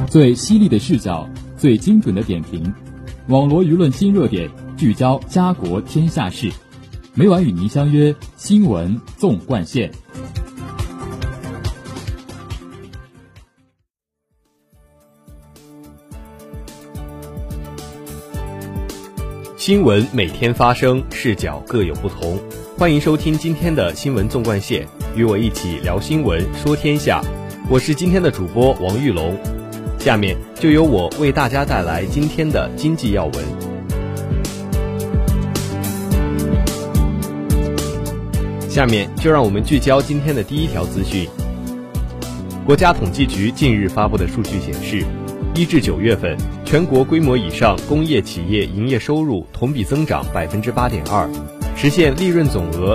最犀利的视角，最精准的点评，网罗舆论新热点，聚焦家国天下事。每晚与您相约新闻纵贯线。 新闻每天发生，视角各有不同。欢迎收听今天的新闻纵贯线，与我一起聊新闻说天下。我是今天的主播王玉龙，下面就由我为大家带来今天的经济要闻。下面就让我们聚焦今天的第一条资讯。国家统计局近日发布的数据显示，1至9月份，全国规模以上工业企业营业收入同比增长 8.2%， 实现利润总额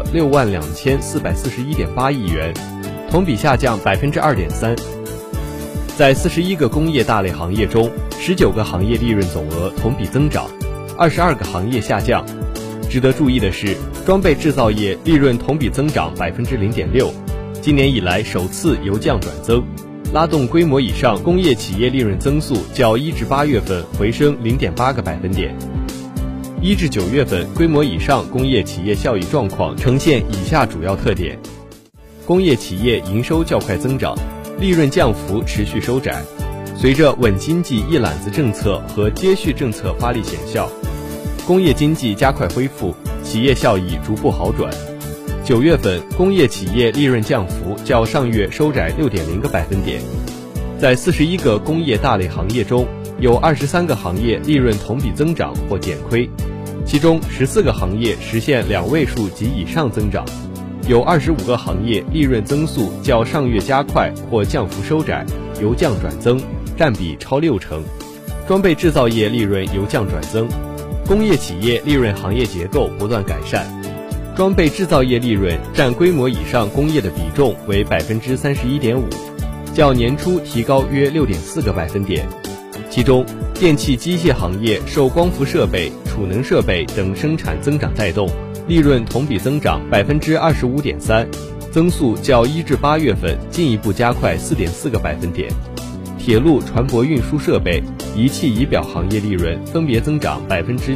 62441.8亿元，同比下降 2.3%。在41个工业大类行业中，19个行业利润总额同比增长，22个行业下降。值得注意的是，装备制造业利润同比增长 0.6%， 今年以来首次由降转增，拉动规模以上工业企业利润增速较1至8月份回升 0.8个百分点。1至9月份规模以上工业企业效益状况呈现以下主要特点：工业企业营收较快增长，利润降幅持续收窄。随着稳经济一揽子政策和接续政策发力显效，工业经济加快恢复，企业效益逐步好转。9月份工业企业利润降幅较上月收窄 6.0个百分点。在41个工业大类行业中，有23个行业利润同比增长或减亏，其中14个行业实现2位数及以上增长，有25个行业利润增速较上月加快或降幅收窄，由降转增，占比超60%。装备制造业利润由降转增，工业企业利润行业结构不断改善。装备制造业利润占规模以上工业的比重为 31.5%， 较年初提高约 6.4个百分点。其中，电气机械行业受光伏设备、储能设备等生产增长带动，利润同比增长 25.3%， 增速较1至8月份进一步加快 4.4个百分点。铁路船舶运输设备、仪器仪表行业利润分别增长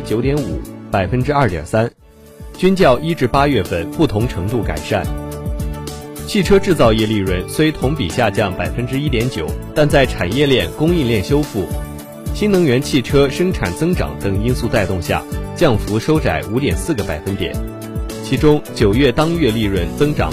9.5%、2.3%，均较1至8月份不同程度改善。汽车制造业利润虽同比下降 1.9%， 但在产业链、供应链修复、新能源汽车生产增长等因素带动下，降幅收窄 5.4个百分点。其中9月当月利润增长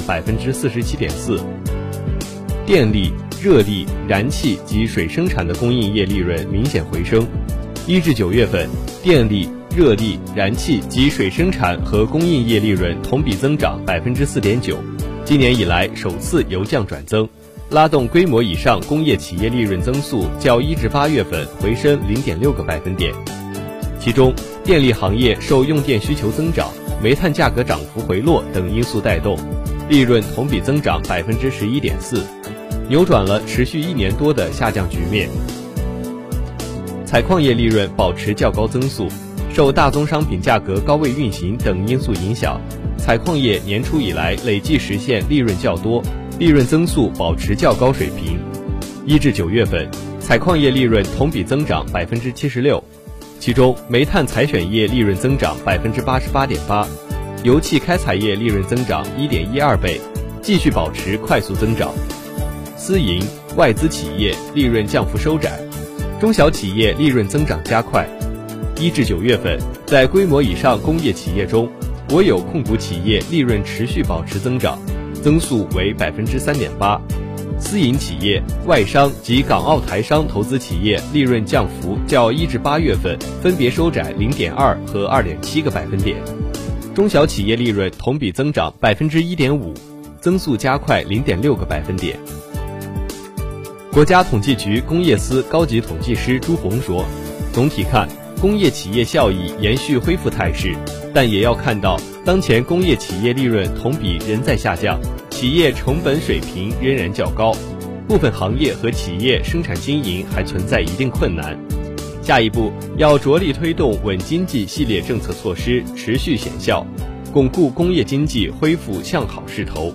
47.4%。电力、热力、燃气及水生产的供应业利润明显回升。1至9月份，电力、热力、燃气及水生产和供应业利润同比增长 4.9%， 今年以来首次由降转增，拉动规模以上工业企业利润增速较1至8月份回升 0.6个百分点。其中，电力行业受用电需求增长、煤炭价格涨幅回落等因素带动，利润同比增长 11.4%， 扭转了持续1年多的下降局面。采矿业利润保持较高增速，受大宗商品价格高位运行等因素影响，采矿业年初以来累计实现利润较多，利润增速保持较高水平。1至9月份，采矿业利润同比增长 76%， 其中煤炭采选业利润增长 88.8%， 油气开采业利润增长 1.12倍，继续保持快速增长。私营、外资企业利润降幅收窄，中小企业利润增长加快。1至9月份，在规模以上工业企业中，国有控股企业利润持续保持增长，增速为 3.8%。私营企业、外商及港澳台商投资企业利润降幅较1至8月份分别收窄 0.2 和 2.7个百分点。中小企业利润同比增长 1.5%， 增速加快 0.6个百分点。国家统计局工业司高级统计师朱红说，总体看，工业企业效益延续恢复态势，但也要看到当前工业企业利润同比仍在下降，企业成本水平仍然较高，部分行业和企业生产经营还存在一定困难。下一步要着力推动稳经济系列政策措施持续显效，巩固工业经济恢复向好势头。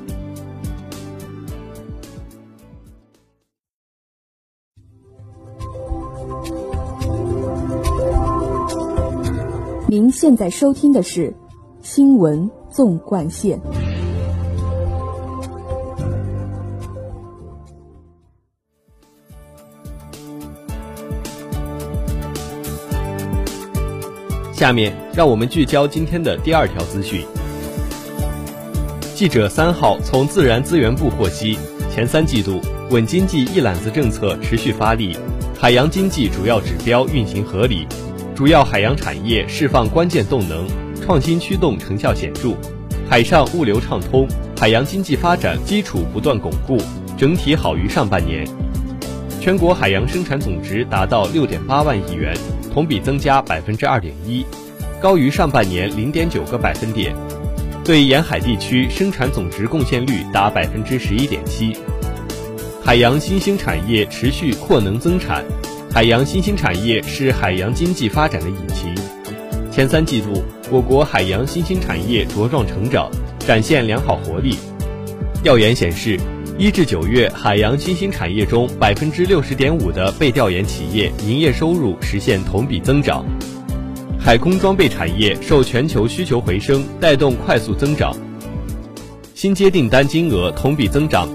您现在收听的是新闻纵贯线。 下面让我们聚焦今天的第二条资讯。记者3号从自然资源部获悉，前3季度稳经济一揽子政策持续发力，海洋经济主要指标运行合理，主要海洋产业释放关键动能，创新驱动成效显著，海上物流畅通，海洋经济发展基础不断巩固，整体好于上半年。全国海洋生产总值达到6.8万亿元，同比增加 2.1%， 高于上半年 0.9个百分点，对沿海地区生产总值贡献率达 11.7%。海洋新兴产业持续扩能增产，海洋新兴产业是海洋经济发展的引擎。前3季度，我国海洋新兴产业茁壮成长，展现良好活力。调研显示，1至9月海洋新兴产业中 60.5% 的被调研企业营业收入实现同比增长。海空装备产业受全球需求回升带动快速增长，新接订单金额同比增长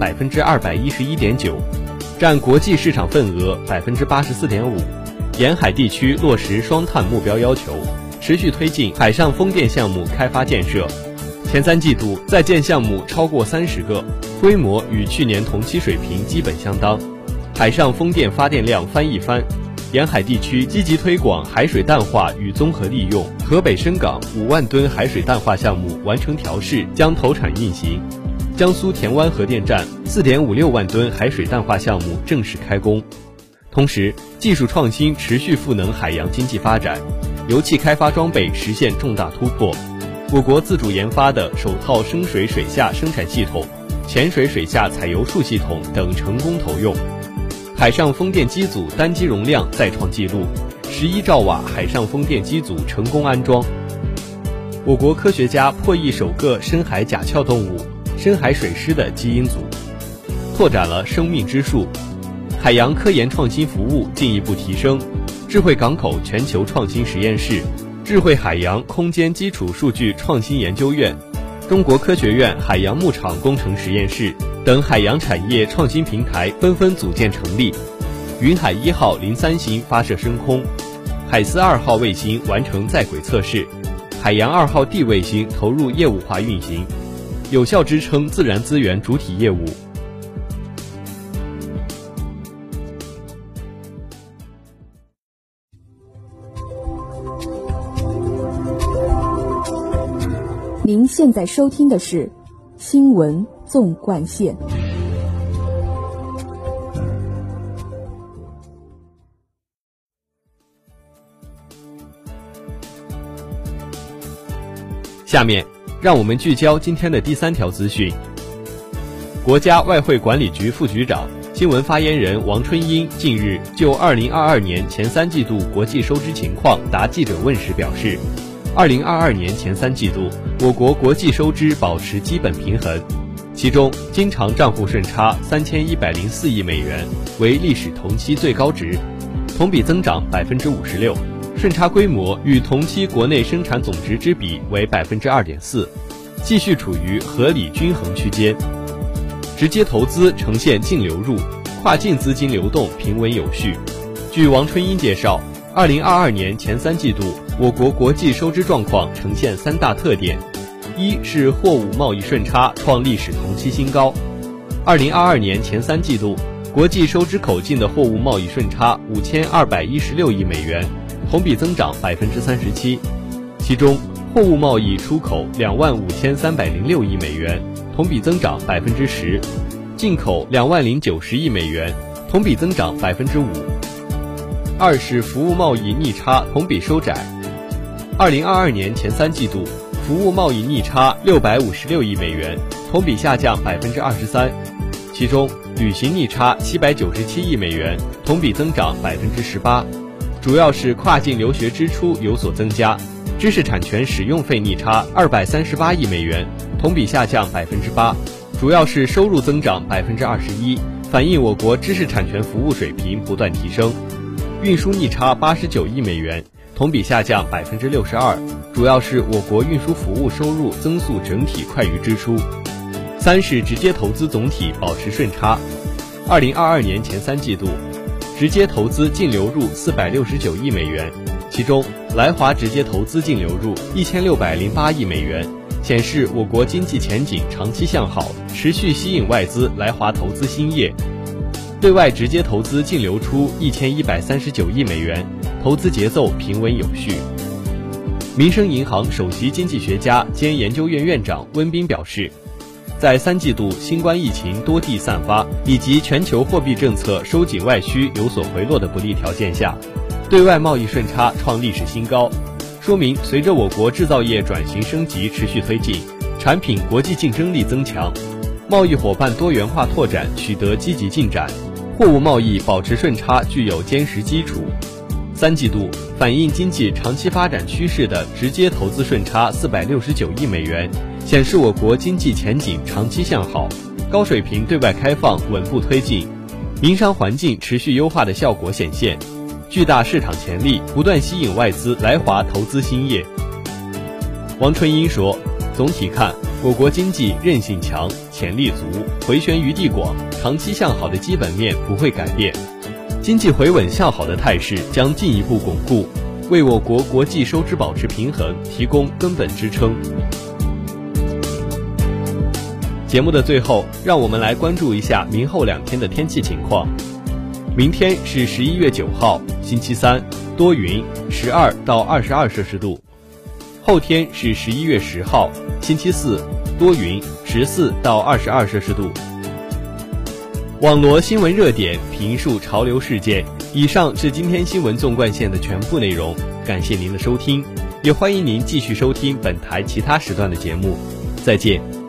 211.9%， 占国际市场份额 84.5%。沿海地区落实双碳目标要求，持续推进海上风电项目开发建设。前3季度在建项目超过30个，规模与去年同期水平基本相当，海上风电发电量翻一番。沿海地区积极推广海水淡化与综合利用，河北深港5万吨海水淡化项目完成调试，将投产运行。江苏田湾核电站4.56万吨海水淡化项目正式开工。同时，技术创新持续赋能海洋经济发展，油气开发装备实现重大突破。我国自主研发的首套深水水下生产系统、潜水水下采油术系统等成功投用。海上风电机组单机容量再创纪录，11兆瓦海上风电机组成功安装。我国科学家破译首个深海甲壳动物深海水狮的基因组，拓展了生命之树。海洋科研创新服务进一步提升，智慧港口全球创新实验室、智慧海洋空间基础数据创新研究院、中国科学院海洋牧场工程实验室等海洋产业创新平台纷纷组建成立。云海1号03星发射升空，海思2号卫星完成在轨测试，海洋2号D卫星投入业务化运行，有效支撑自然资源主体业务。 您现在收听的是新闻纵贯线。 下面让我们聚焦今天的第3条资讯。国家外汇管理局副局长、新闻发言人王春英近日就2022年前3季度国际收支情况答记者问时表示，2022年前3季度，我国国际收支保持基本平衡，其中经常账户顺差3104亿美元为历史同期最高值，同比增长 56%， 顺差规模与同期国内生产总值之比为 2.4%， 继续处于合理均衡区间。直接投资呈现净流入，跨境资金流动平稳有序。据王春英介绍，2022年前3季度，我国国际收支状况呈现3大特点：一是货物贸易顺差创历史同期新高，2022年前3季度，国际收支口径的货物贸易顺差5216亿美元，同比增长 37%， 其中货物贸易出口25306亿美元，同比增长 10%， 进口20090亿美元，同比增长 5%。二是服务贸易逆差同比收窄，2022年前3季度，服务贸易逆差656亿美元，同比下降 23%， 其中旅行逆差797亿美元，同比增长 18%， 主要是跨境留学支出有所增加。知识产权使用费逆差238亿美元，同比下降 8%， 主要是收入增长 21%， 反映我国知识产权服务水平不断提升。运输逆差89亿美元， 同比下降62%，主要是我国运输服务收入增速整体快于支出。3是直接投资总体保持顺差。2022年前3季度，直接投资净流入469亿美元，其中来华直接投资净流入1608亿美元，显示我国经济前景长期向好，持续吸引外资来华投资兴业。对外直接投资净流出1139亿美元，投资节奏平稳有序。民生银行首席经济学家兼研究院院长温彬表示，在3季度新冠疫情多地散发以及全球货币政策收紧外需有所回落的不利条件下，对外贸易顺差创历史新高，说明随着我国制造业转型升级持续推进，产品国际竞争力增强，贸易伙伴多元化拓展取得积极进展，货物贸易保持顺差具有坚实基础。3季度反映经济长期发展趋势的直接投资顺差469亿美元，显示我国经济前景长期向好，高水平对外开放稳步推进，营商环境持续优化的效果显现，巨大市场潜力不断吸引外资来华投资兴业。王春英说，总体看，我国经济韧性强，潜力足，回旋余地广，长期向好的基本面不会改变，经济回稳向好的态势将进一步巩固，为我国国际收支保持平衡提供根本支撑。节目的最后，让我们来关注一下明后2天的天气情况。明天是11月9号，星期三，多云，12到22摄氏度。后天是11月10号，星期四，多云，14到22摄氏度。网罗新闻热点，评述潮流事件。以上是今天新闻纵贯线的全部内容，感谢您的收听，也欢迎您继续收听本台其他时段的节目。再见。